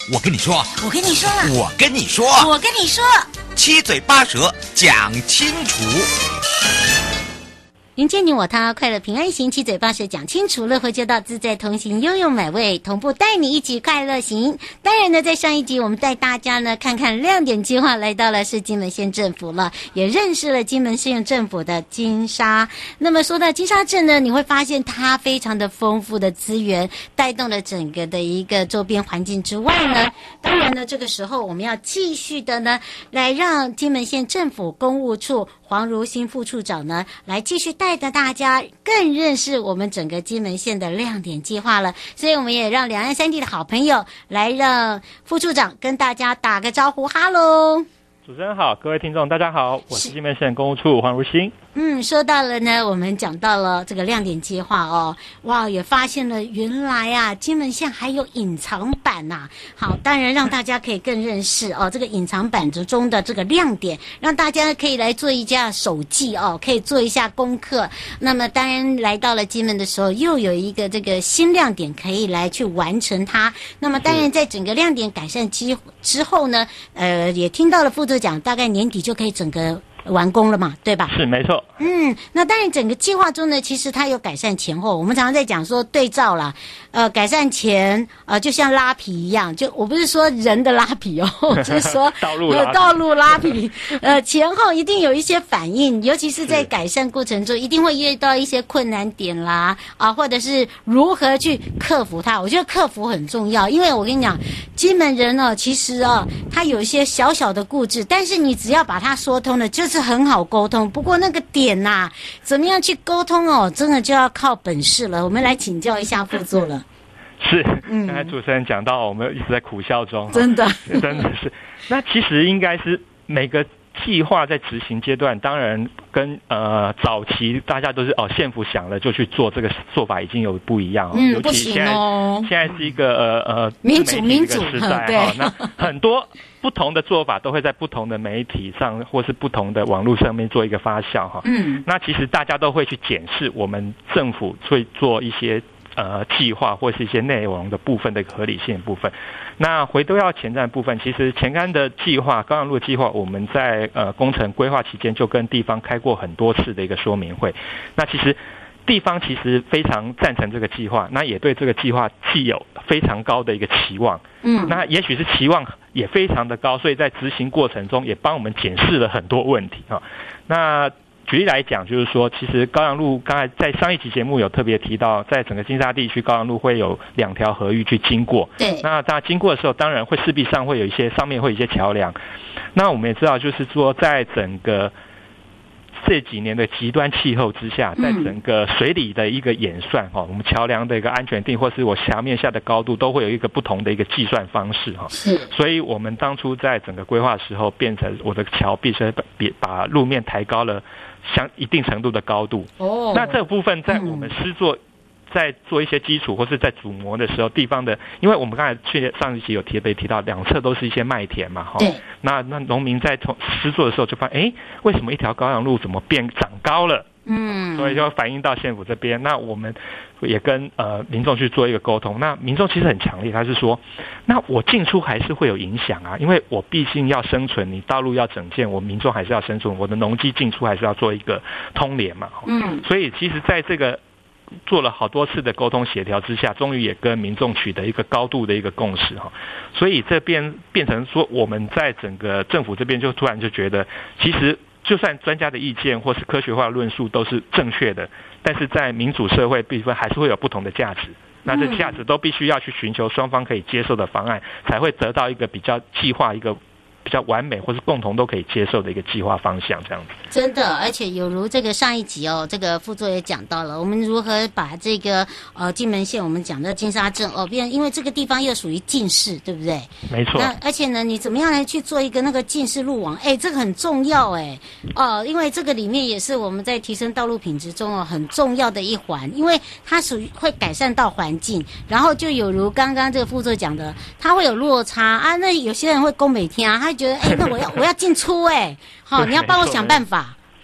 我跟你说， 我跟你说了， 我跟你说， 我跟你说， 七嘴八舌讲清楚。 迎接你我他，快乐平安行，七嘴八舌讲清楚，乐活街道自在同行，悠悠美味同步带你一起快乐行。当然呢，在上一集我们带大家呢看看亮点计划，来到了是金门县政府了，也认识了金门县政府的金沙。那么说到金沙镇呢，你会发现它非常的丰富的资源，带动了整个的一个周边环境之外呢，当然呢，这个时候我们要继续的呢，来让金门县政府公务处黄如新副处长呢，来继续带着大家更认识我们整个金门县的亮点计划了。所以我们也让两岸三地的好朋友来让副处长跟大家打个招呼，哈喽。 主持人好，各位听众大家好，我是金门县公务处黄如新。 说到了呢，我们讲到了这个亮点计划哦，哇，也发现了原来啊，金门县还有隐藏版呐。好，当然让大家可以更认识哦，这个隐藏版之中的这个亮点，让大家可以来做一下手记哦，可以做一下功课。那么当然来到了金门的时候，又有一个这个新亮点可以来去完成它。那么当然在整个亮点改善之后呢，也听到了副处长，大概年底就可以整个完工了嘛，对吧？ 是没错。 那当然整个计划中呢，其实它有改善前后。我们常常在讲说对照啦，改善前就像拉皮一样，就我不是说人的拉皮哦，就是说道路拉皮，前后一定有一些反应，尤其是在改善过程中，一定会遇到一些困难点啦，或者是如何去克服它。我觉得克服很重要，因为我跟你讲，金门人哦，其实他有一些小小的固执，但是你只要把它说通了，就是很好沟通。不过那个点呐，怎么样去沟通哦，真的就要靠本事了。我们来请教一下副座了。 是，刚才主持人讲到，我们一直在苦笑中， 真的是。那其实应该是每个计划在执行阶段，当然跟早期大家都是县府想了就去做，这个做法已经有不一样尤其现在是一个民主时代那很多不同的做法都会在不同的媒体上或是不同的网络上面做一个发酵那其实大家都会去检视我们政府会做一些计划或是一些内容的部分的合理性的部分。那回到前瞻部分，其实前瞻的计划、高阳路的计划，我们在工程规划期间就跟地方开过很多次的一个说明会。那其实地方其实非常赞成这个计划，那也对这个计划既有非常高的一个期望。那也许是期望也非常的高，所以在执行过程中也帮我们检视了很多问题那举例来讲，就是说，其实高阳路刚才在上一期节目有特别提到，在整个金沙地区，高阳路会有2条河域去经过。 对。 那在经过的时候，当然会势必上会有一些上面会有一些桥梁。那我们也知道，就是说，在整个这几年的极端气候之下，在整个水里的一个演算我们桥梁的一个安全定，或是我峡面下的高度，都会有一个不同的一个计算方式是。 所以我们当初在整个规划的时候，变成我的桥必须把路面抬高了相一定程度的高度。那这部分在我们施作在做一些基础或是在组模的时候，地方的，因为我们刚才上一期有提到两侧都是一些麦田嘛那农民在施作的时候就发现，为什么一条高阳路怎么长高了？所以就反映到县府这边。那我们也跟民众去做一个沟通。那民众其实很强烈，他是说，那我进出还是会有影响啊，因为我毕竟要生存，你道路要整建，我民众还是要生存，我的农机进出还是要做一个通联嘛。所以其实在这个做了好多次的沟通协调之下，终于也跟民众取得一个高度的一个共识所以这边变成说，我们在整个政府这边就突然就觉得，其实就算专家的意见或是科学化的论述都是正确的，但是在民主社会必须还是会有不同的价值。那这价值都必须要去寻求双方可以接受的方案，才会得到一个比较计划一个比较完美或是共同都可以接受的一个计划方向，这样子。 真的，而且有如这个上一集这个副座也讲到了，我们如何把这个金门县我们讲的金沙镇因为这个地方又属于近市，对不对？ 没错。 那而且呢，你怎么样来去做一个那个近市路网？这个很重要因为这个里面也是我们在提升道路品质中很重要的一环，因为它属于会改善到环境，然后就有如刚刚这个副座讲的，它会有落差那有些人会攻北天他觉得那我要进出你要帮我想办法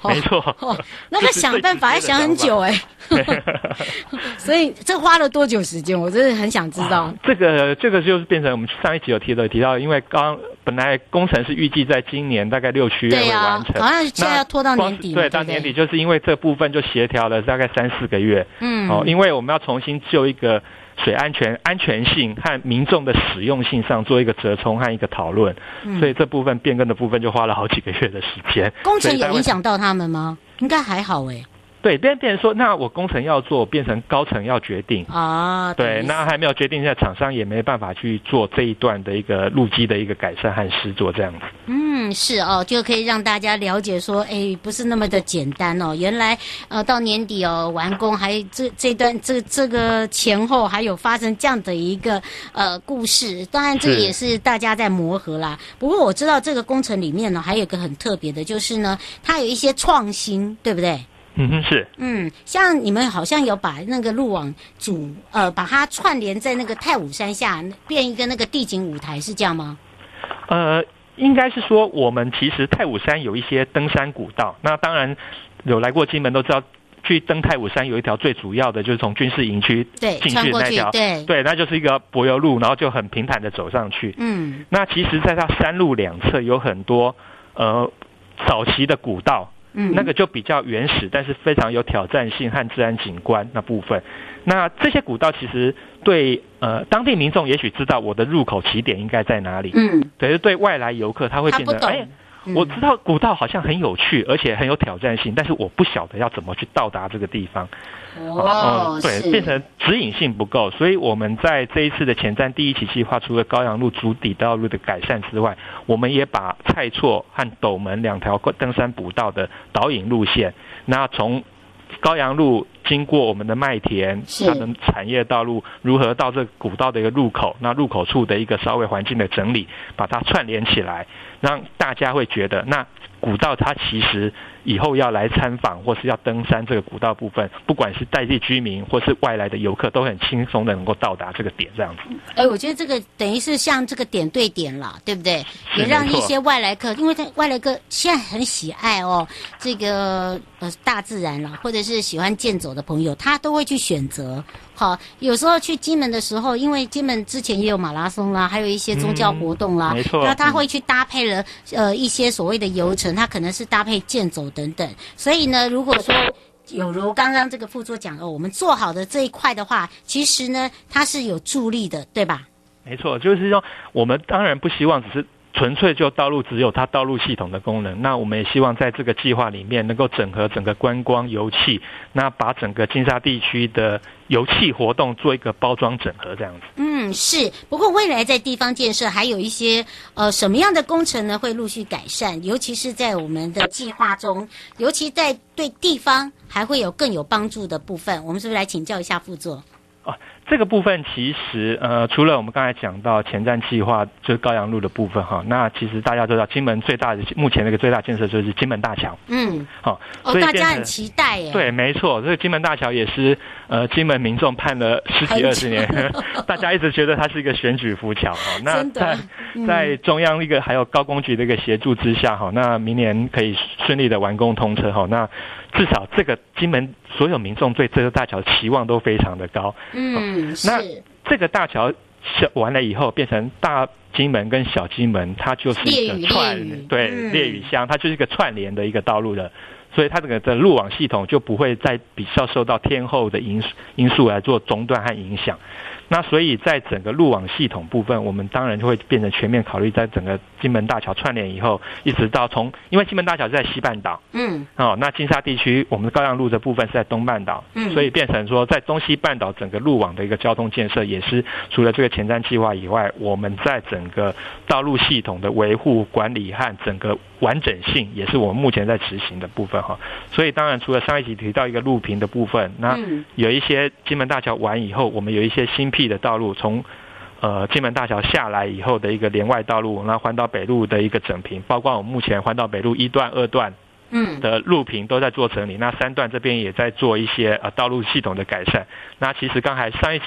没错。 那个想办法要想很久哎。所以这花了多久时间？我真的很想知道。 这个就是变成我们上一集有提到，因为本来工程是预计在今年大概6、7月会完成， 好像现在要拖到年底。 对，到年底就是因为这部分就协调了大概3、4个月。因为我们要重新就一个水安全性和民众的使用性上做一个折冲和一个讨论，所以这部分变更的部分就花了好几个月的时间。 工程有影响到他们吗？应该还好哎。 对，变成说，那我工程要做，变成高层要决定啊。对，那还没有决定，现在厂商也没办法去做这一段的一个路基的一个改善和施作这样子。 是哦，就可以让大家了解说，不是那么的简单哦。原来到年底完工，还这段这个前后还有发生这样的一个故事。当然，这也是大家在磨合啦。不过我知道这个工程里面呢，还有一个很特别的，就是呢，它有一些创新，对不对？ 是。 像你们好像有把那个路网把它串联在那个太武山下，变一个那个地景舞台，是这样吗？ 应该是说，我们其实太武山有一些登山古道，那当然有来过金门都知道，去登太武山有一条最主要的就是从军事营区进去那条，对，那就是一个柏油路，然后就很平坦的走上去。那其实在它山路两侧有很多早期的古道。那个就比较原始，但是非常有挑战性和自然景观那部分。那这些古道其实对当地民众也许知道我的入口起点应该在哪里，可是对外来游客他会变得我知道古道好像很有趣，而且很有挑战性，但是我不晓得要怎么去到达这个地方。对，变成指引性不够，所以我们在这一次的前瞻第一期计划，除了高阳路主底道路的改善之外，我们也把蔡厝和斗门2条登山步道的导引路线，那从高阳路经过我们的麦田，它的产业道路如何到这古道的一个入口，那入口处的一个稍微环境的整理，把它串联起来，让大家会觉得那古道它其实以后要来参访或是要登山这个古道部分，不管是在地居民或是外来的游客，都很轻松的能够到达这个点这样子。 我觉得这个等于是像这个点对点啦，对不对？也让一些外来客，因为外来客现在很喜爱这个大自然啦，或者是喜欢健走的朋友，他都会去选择。好，有时候去金门的时候，因为金门之前也有马拉松啦，还有一些宗教活动啦， 没错， 那他会去搭配了一些所谓的游程，他可能是搭配健走等等。所以呢，如果说有如刚刚这个副座讲我们做好的这一块的话，其实呢它是有助力的，对吧？ 没错，就是说我们当然不希望只是纯粹就道路只有它道路系统的功能，那我们也希望在这个计划里面能够整合整个观光油气，那把整个金沙地区的油气活动做一个包装整合这样子。 是。不过未来在地方建设还有一些什么样的工程呢会陆续改善，尤其是在我们的计划中，尤其在对地方还会有更有帮助的部分，我们是不是来请教一下副座？ 这个部分其实除了我们刚才讲到前瞻计划就是高阳路的部分那其实大家都知道金门目前的一个最大建设就是金门大桥。 所以大家很期待耶。 对，没错，这个金门大桥也是金门民众盼了10几20年，大家一直觉得它是一个选举浮桥那在中央一个还有高工局的一个协助之下那明年可以顺利的完工通车那至少这个金门所有民众对这个大桥期望都非常的高。那这个大桥完了以后变成大金门跟小金门，它就是一个烈屿乡，它就是一个串联的一个道路的，所以它这个的路网系统就不会再比较受到天候的因素来做中断和影响。那所以在整个路网系统部分，我们当然就会变成全面考虑，在整个金门大桥串联以后，一直到因为金门大桥是在西半岛，那金沙地区我们高阳路的部分是在东半岛，所以变成说在东西半岛整个路网的一个交通建设，也是除了这个前瞻计划以外，我们在整个道路系统的维护管理和整个完整性，也是我们目前在执行的部分所以当然除了上一集提到一个路平的部分，那有一些金门大桥完以后，我们有一些新辟的道路，从金门大桥下来以后的一个连外道路，那环岛北路的一个整平，包括我们目前环岛北路1段2段的路平都在做整理，那3段这边也在做一些道路系统的改善。那其实刚才上一集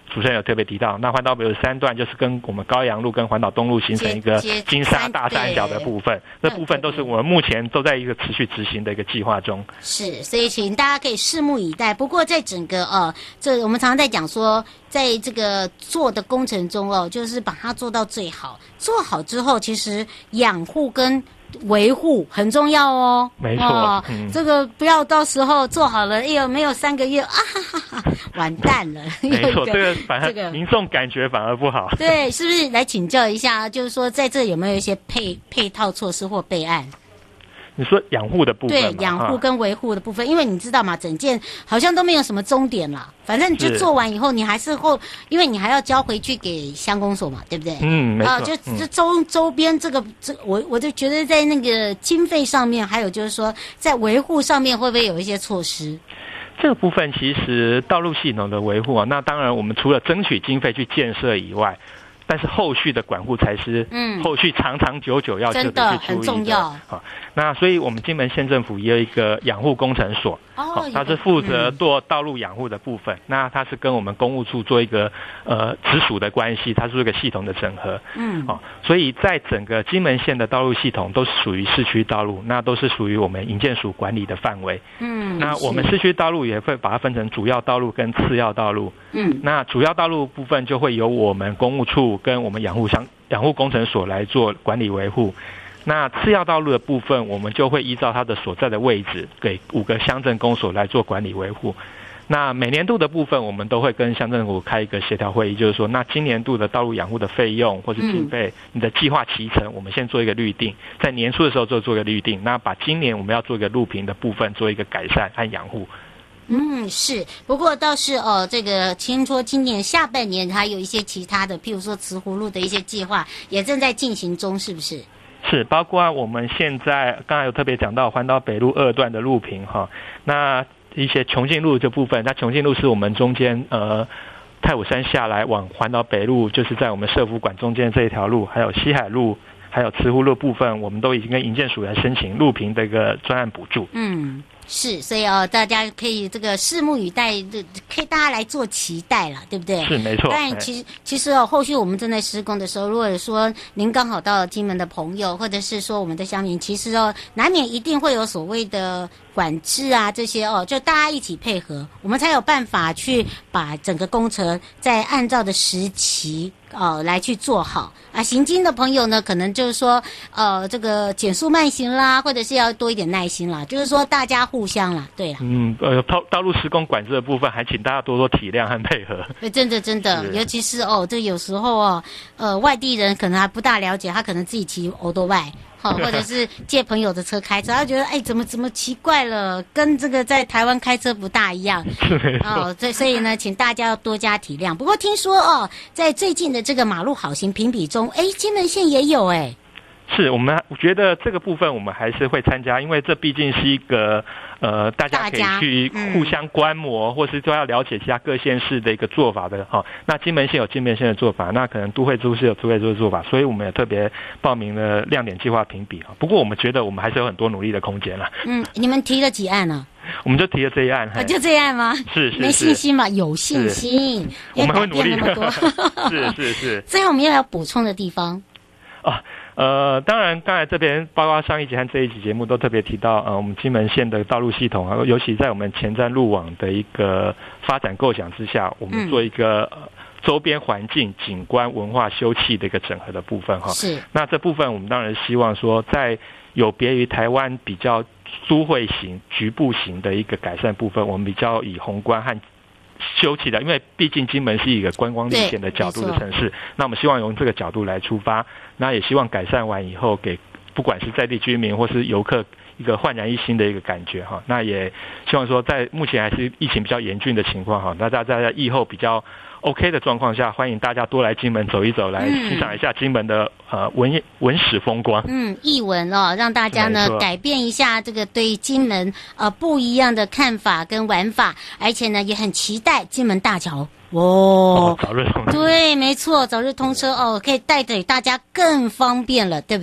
主持人有特别提到，那环岛北路3段就是跟我们高阳路跟环岛东路形成一个金沙大三角的部分，这部分都是我们目前都在一个持续执行的一个计划中。 是，所以请大家可以拭目以待。不过在整个这我们常常在讲说，在这个做的工程中就是把它做到最好，做好之后，其实养护跟维护很重要哦。 没错， 这个不要到时候做好了，没有3个月完蛋了。 没错，这个反而民众感觉反而不好。 对，是不是来请教一下，就是说在这有没有一些配套措施或备案？ 你说养护的部分， 对，养护跟维护的部分，因为你知道嘛，整件好像都没有什么终点啦，反正你就做完以后，你还是因为你还要交回去给乡公所嘛，对不对？ 没错。 就周边我就觉得在那个经费上面，还有就是说在维护上面，会不会有一些措施？ 这个部分其实道路系统的维护那当然我们除了争取经费去建设以外，但是后续的管护才是后续长长久久要特别去注意的， 很重要。 那所以我们金门县政府也有一个养护工程所，它是负责做道路养护的部分。那它是跟我们公务处做一个直属的关系，它是一个系统的整合。所以在整个金门县的道路系统都是属于市区道路，那都是属于我们营建署管理的范围。那我们市区道路也会把它分成主要道路跟次要道路。那主要道路部分就会由我们公务处跟我们养护工程所来做管理维护。那次要道路的部分，我们就会依照它的所在的位置，给5个乡镇公所来做管理维护。那每年度的部分，我们都会跟乡政府开一个协调会议，就是说，那今年度的道路养护的费用或是经费，你的计划期程，我们先做一个预定，在年初的时候做一个预定，那把今年我们要做一个路平的部分做一个改善和养护。 是，不过倒是这个听说今年下半年还有一些其他的，譬如说慈湖路的一些计划也正在进行中，是不是？ 是，包括我们现在刚才有特别讲到环岛北路2段的路平那一些琼径路这部分，那琼径路是我们中间太武山下来往环岛北路，就是在我们社福馆中间这一条路，还有西海路，还有慈湖路部分，我们都已经跟营建署来申请路平的一个专案补助。 是，所以大家可以这个拭目以待，可以大家来做期待了，对不对？ 是，没错。 但其实后续我们正在施工的时候，如果说您刚好到了金门的朋友，或者是说我们的乡民，其实难免一定会有所谓的管制啊这些就大家一起配合，我们才有办法去把整个工程再按照的时期来去做好啊。行经的朋友呢，可能就是说这个减速慢行啦，或者是要多一点耐心啦，就是说大家互相啦，对啦。 道路施工管制的部分，还请大家多多体谅和配合。 对，真的，尤其是这有时候外地人可能还不大了解，他可能自己骑欧多拜。或者是借朋友的车开车，他觉得怎么奇怪了，跟这个在台湾开车不大一样。所以呢，请大家要多加体谅。不过听说在最近的这个马路好行评比中，金门县也有是，我觉得这个部分我们还是会参加，因为这毕竟是一个大家可以去互相观摩，或是都要了解其他各县市的一个做法的那金门县有金门县的做法，那可能都会都市有都会都的做法，所以我们也特别报名了亮点计划评比不过我们觉得我们还是有很多努力的空间啦。 你们提了几案呢？ 我们就提了这一案。 就这一案吗？ 是没信心嘛？有信心， 我们会努力那么多。 是。 最后我们要补充的地方当然刚才这边包括上一集和这一集节目都特别提到我们金门县的道路系统尤其在我们前瞻路网的一个发展构想之下，我们做一个周边环境景观文化休憩的一个整合的部分是。那这部分我们当然希望说，在有别于台湾比较都会型局部型的一个改善部分，我们比较以宏观和休憩的，因为毕竟金门是一个观光历险的角度的城市，那我们希望用这个角度来出发，那也希望改善完以后给不管是在地居民或是游客一个焕然一新的一个感觉那也希望说在目前还是疫情比较严峻的情况大家在疫后比较 OK 的状况下，欢迎大家多来金门走一走，来欣赏一下金门的文史风光。 艺文让大家呢改变一下这个对金门不一样的看法跟玩法，而且呢也很期待金门大桥早日通车。 对，没错，早日通车可以带给大家更方便了，对不对？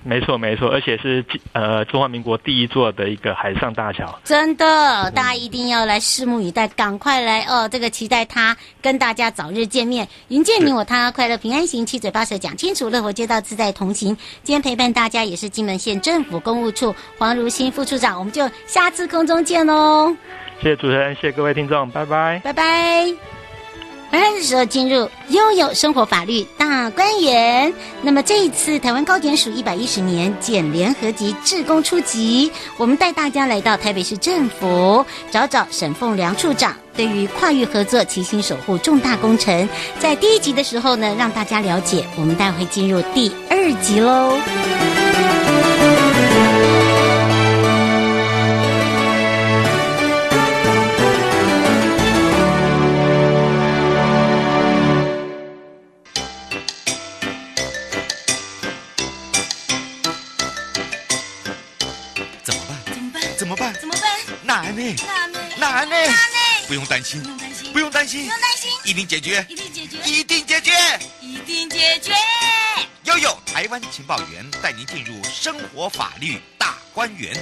没错，而且是中华民国第一座的一个海上大桥。 真的，大家一定要来拭目以待，赶快来哦！这个期待他跟大家早日见面，迎接你我他，快乐平安行，七嘴八舌讲清楚，乐活街道自在同行。今天陪伴大家也是金门县政府公务处黄如新副处长，我们就下次空中见喽！ 谢谢主持人，谢谢各位听众，拜拜， 拜拜。这时候进入悠悠生活法律大观园。那么这一次台湾高检署110年检联合级志工出击，我们带大家来到台北市政府，找沈凤良处长对于跨域合作齐心守护重大工程。在第1集的时候呢，让大家了解，我们待会进入第2集喽。 难呢？不用担心，一定解决，悠悠台湾情报员带您进入生活法律大观园。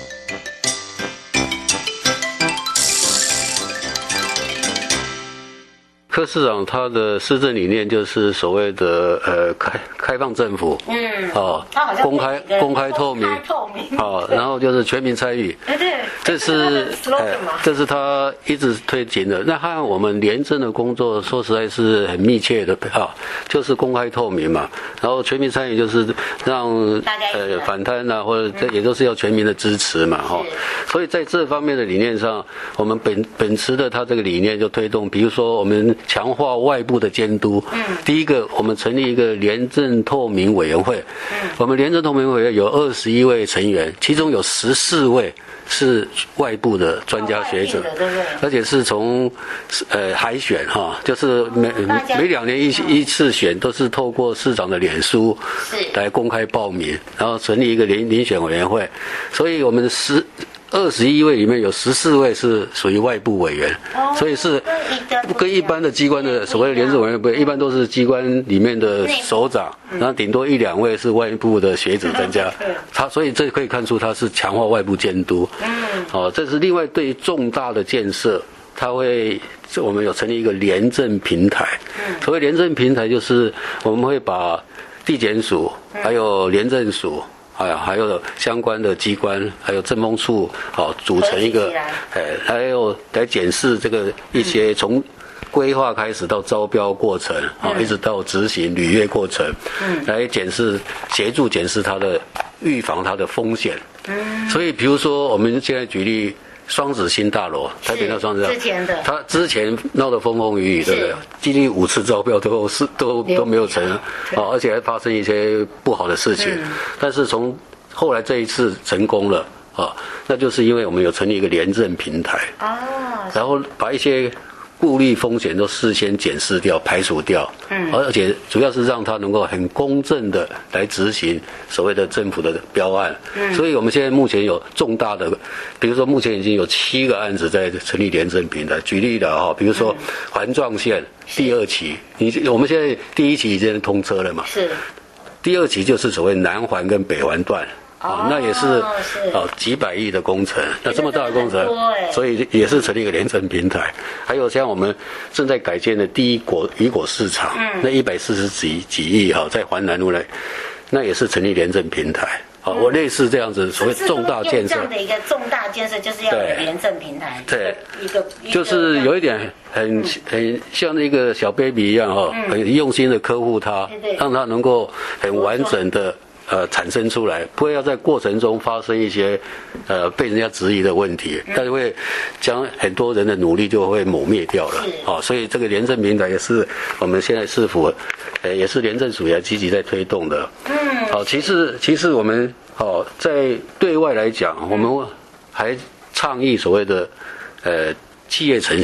柯市长他的施政理念就是所谓的开放政府，公开透明，然后就是全民参与，这是他一直推行的。那和我们廉政的工作说实在是很密切的就是公开透明嘛，然后全民参与就是让反贪啊，或者这也都是要全民的支持嘛，所以在这方面的理念上，我们秉持的他这个理念就推动，比如说我们强化外部的监督。第一个，我们成立一个廉政透明委员会。我们廉政透明委员有21位成员，其中有14位是外部的专家学者，而且是从海选就是每2年一次选，都是透过市长的脸书来公开报名，然后成立一个遴选委员会。所以我们21位里面有14位是属于外部委员，所以是跟一般的机关的所谓的廉政委员会一般都是机关里面的首长，然后顶多1、2位是外部的学者专家。所以这可以看出他是强化外部监督。这是另外对于重大的建设，我们有成立一个廉政平台。所谓廉政平台，就是我们会把地检署还有廉政署还有相关的机关，还有政风处，组成一个，还有来检视这个一些从规划开始到招标过程，一直到执行履约过程，来协助检视它的预防它的风险。所以比如说我们现在举例双子星大楼，台北那双子星，他之前闹得风风雨雨，对不对？经历5次招标都没有成，而且还发生一些不好的事情。但是从后来这一次成功了，那就是因为我们有成立一个廉政平台，然后把一些顾虑风险都事先检视掉、排除掉，而且主要是让它能够很公正的来执行所谓的政府的标案。所以我们现在目前有重大的，比如说目前已经有7个案子在成立廉政平台。举例的比如说环状线第2期，我们现在第1期已经通车了嘛，第2期就是所谓南环跟北环段。那也是几百亿的工程，那这么大的工程，所以也是成立一个廉政平台。还有像我们正在改建的第一渔果市场，那140几亿在环南路内，那也是成立廉政平台。我类似这样子所谓重大建设， 这样的一个重大建设就是要有廉政平台， 对，就是有一点很像那个小 baby 一样很用心的呵护它，让它能够很完整的。产生出来，不会要在过程中发生一些被人家质疑的问题，但是会将很多人的努力就会抹灭掉了。所以这个廉政平台也是我们现在市府也是廉政署也积极在推动的。其实我们在对外来讲，我们还倡议所谓的企业诚信。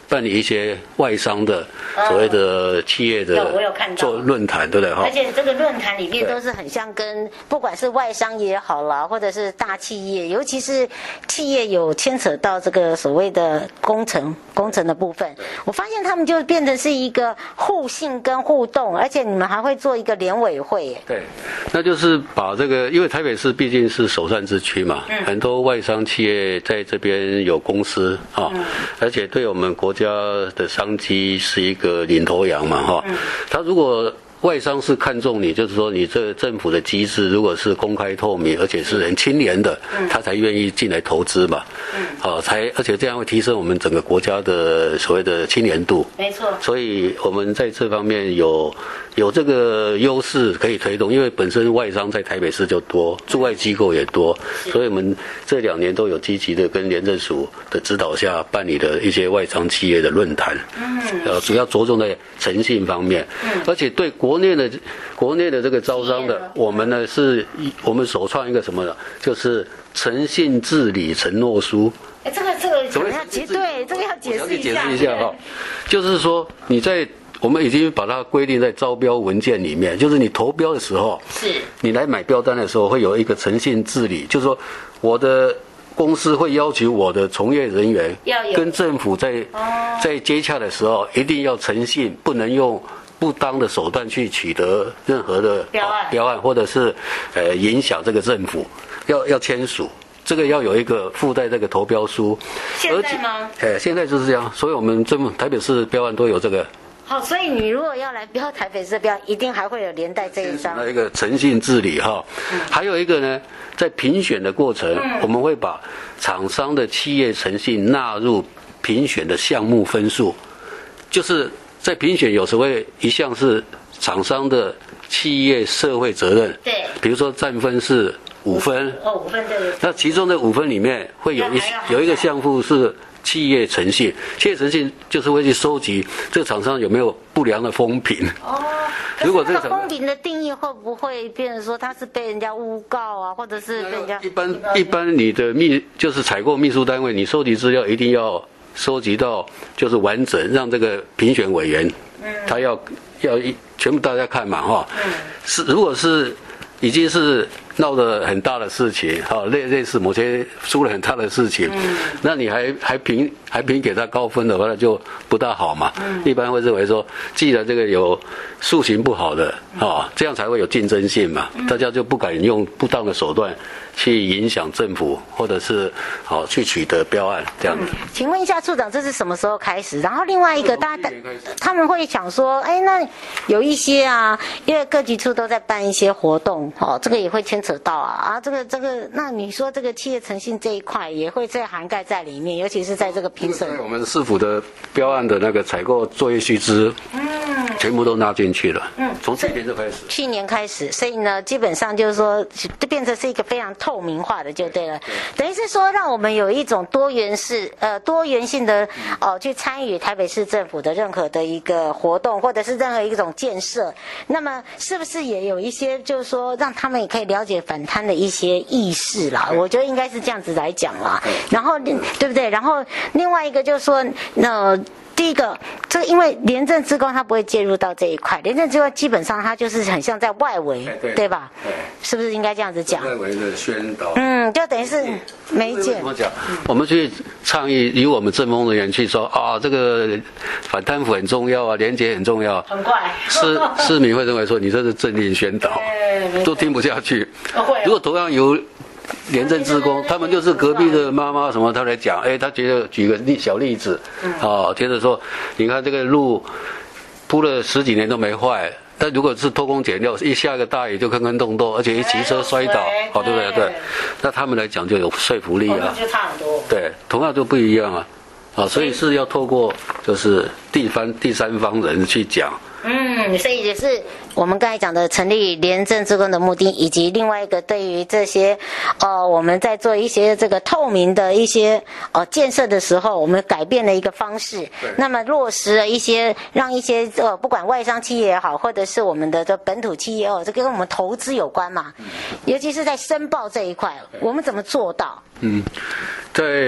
办理一些外商的所谓的企业的做论坛，对不对？ 而且这个论坛里面都是很像跟不管是外商也好啦，或者是大企业，尤其是企业有牵扯到这个所谓的工程的部分，我发现他们就变成是一个互信跟互动，而且你们还会做一个联委会。 对，那就是把这个，因为台北市毕竟是首善之区嘛，很多外商企业在这边有公司啊，而且对我们国家的商机是一个领头羊嘛哈。他如果外商是看重你，就是说你这个政府的机制如果是公开透明，而且是很清廉的，他才愿意进来投资嘛。而且这样会提升我们整个国家的所谓的清廉度。 没错。所以我们在这方面有这个优势可以推动，因为本身外商在台北市就多，驻外机构也多，所以我们这2年都有积极的跟廉政署的指导下办理的一些外商企业的论坛。主要着重在诚信方面，而且对国内的这个招商的，我们呢我们首创一个什么呢？就是诚信治理承诺书。 这个可能要这个要解释一下哈，就是说我们已经把它规定在招标文件里面，就是你投标的时候，你来买标单的时候会有一个诚信治理，就是说我的公司会要求我的从业人员跟政府在接洽的时候一定要诚信，不能用不当的手段去取得任何的标案，或者是影响这个政府，要签署。这个要有一个附带这个投标书。 现在吗？ 现在就是这样，所以我们台北市标案都有这个。 好，所以你如果要来标台北市标，一定还会有连带这一张。 那一个诚信治理哈，还有一个呢，在评选的过程，我们会把厂商的企业诚信纳入评选的项目分数，就是在评选有时候一项是厂商的企业社会责任， 对， 比如说占分是5分 ，5分对。那其中的5分里面会有一个项目是企业诚信，企业诚信就是会去收集这个厂商有没有不良的风评。 如果这个风评的定义会不会变成说他是被人家诬告啊，或者是被人家？ 一般你的就是采购秘书单位，你收集资料一定要收集到就是完整，让这个评选委员，他要全部大家看嘛哈。如果是已经是闹得很大的事情，类似某些出了很大的事情，那你还评给他高分的话，那就不大好嘛。一般会认为说，既然这个有素行不好的，这样才会有竞争性嘛，大家就不敢用不当的手段去影响政府，或者是去取得标案这样子。 请问一下处长，这是什么时候开始？然后另外一个，他们会想说，那有一些因为各局处都在办一些活动，这个也会牵扯到这个，那你说这个企业诚信这一块也会再涵盖在里面，尤其是在这个评审。 我们市府的标案的那个采购作业须知，全部都纳进去了。从去年就开始。 去年开始，所以呢，基本上就是说，就变成是一个非常透明化的，就对了。等于是说，让我们有一种多元性的去参与台北市政府的任何的一个活动，或者是任何一种建设。那么，是不是也有一些就是说，让他们也可以了解反贪的一些意识啦？我觉得应该是这样子来讲啦。然后，对不对？然后另外一个就是说，第一个，这个因为廉政职工他不会介入到这一块，廉政职工基本上他就是很像在外围，对吧？对，是不是应该这样子讲？ 外围的宣导， 就等于是媒介。 怎么讲？我们去倡议，由我们政风人员去说这个反贪腐很重要廉洁很重要， 很怪。 市民会认为说你这是政令宣导，都听不下去。如果同样由廉政职工，他们就是隔壁的妈妈什么，他来讲，他觉得举个小例子，接着说，你看这个路铺了10几年都没坏，但如果是偷工减料，一下个大雨就坑坑洞洞，而且一骑车摔倒，对不对？对，那他们来讲就有说服力啊， 就差很多。 对，同样就不一样所以是要透过就是第三方人去讲。 所以也是我们刚才讲的成立廉政职工的目的，以及另外一个对于这些我们在做一些这个透明的一些建设的时候，我们改变了一个方式，那么落实了一些让一些不管外商企业也好，或者是我们的本土企业这跟我们投资有关嘛，尤其是在申报这一块，我们怎么做到？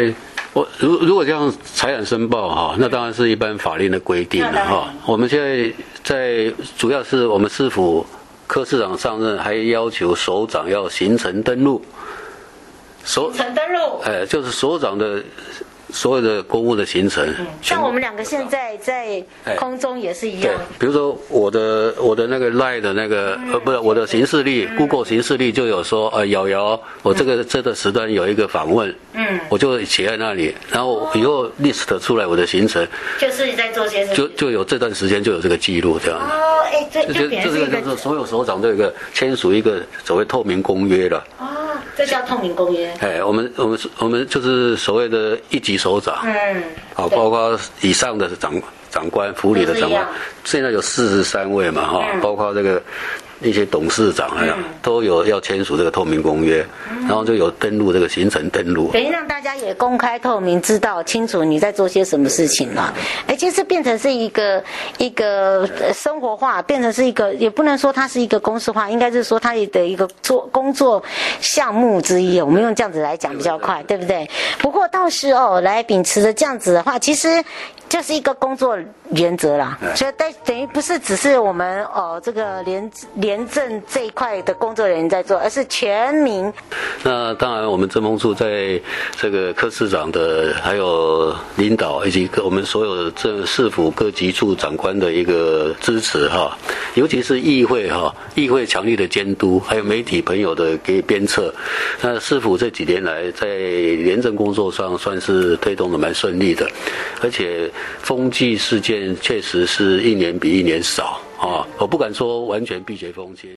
如果这样财产申报哈，那当然是一般法令的规定了哈。我们现在主要是我们市府柯市长上任，还要求首长要行程登录。 行程登录， 就是所长的所有的公务的行程。 像我们两个现在在空中也是一样。 比如说我的那个 LINE 的那个不是我的行事历，Google 行事历就有说瑶瑶，我这个时段有一个访问，我就写在那里，然后以后 list 出来我的行程， 就是在做些什么， 就有这段时间就有这个记录这样。 哦，这就是所有首长都有一个签署一个所谓透明公约了。 这叫透明公约。 我们就是所谓的一级首长，包括以上的长官、府里的长官，现在有43位嘛，包括这个一些董事长都有要签署这个透明公约，然后就有登录这个行程登录， 等于让大家也公开透明，知道清楚你在做些什么事情了。其实变成是一个生活化，变成是一个，也不能说它是一个公式化，应该是说它的一个工作项目之一。我们用这样子来讲比较快，对不对？不过到时候来秉持着这样子的话，其实就是一个工作原则啦，所以等于不是只是我们这个廉政这一块的工作人员在做，而是全民。 那当然，我们政风处在这个柯市长的还有领导以及我们所有的市府各级处长官的一个支持哈，尤其是议会强力的监督，还有媒体朋友的给鞭策。那市府这几年来在廉政工作上算是推动的蛮顺利的，而且风纪事件确实是一年比一年少啊，我不敢说完全避绝风纪。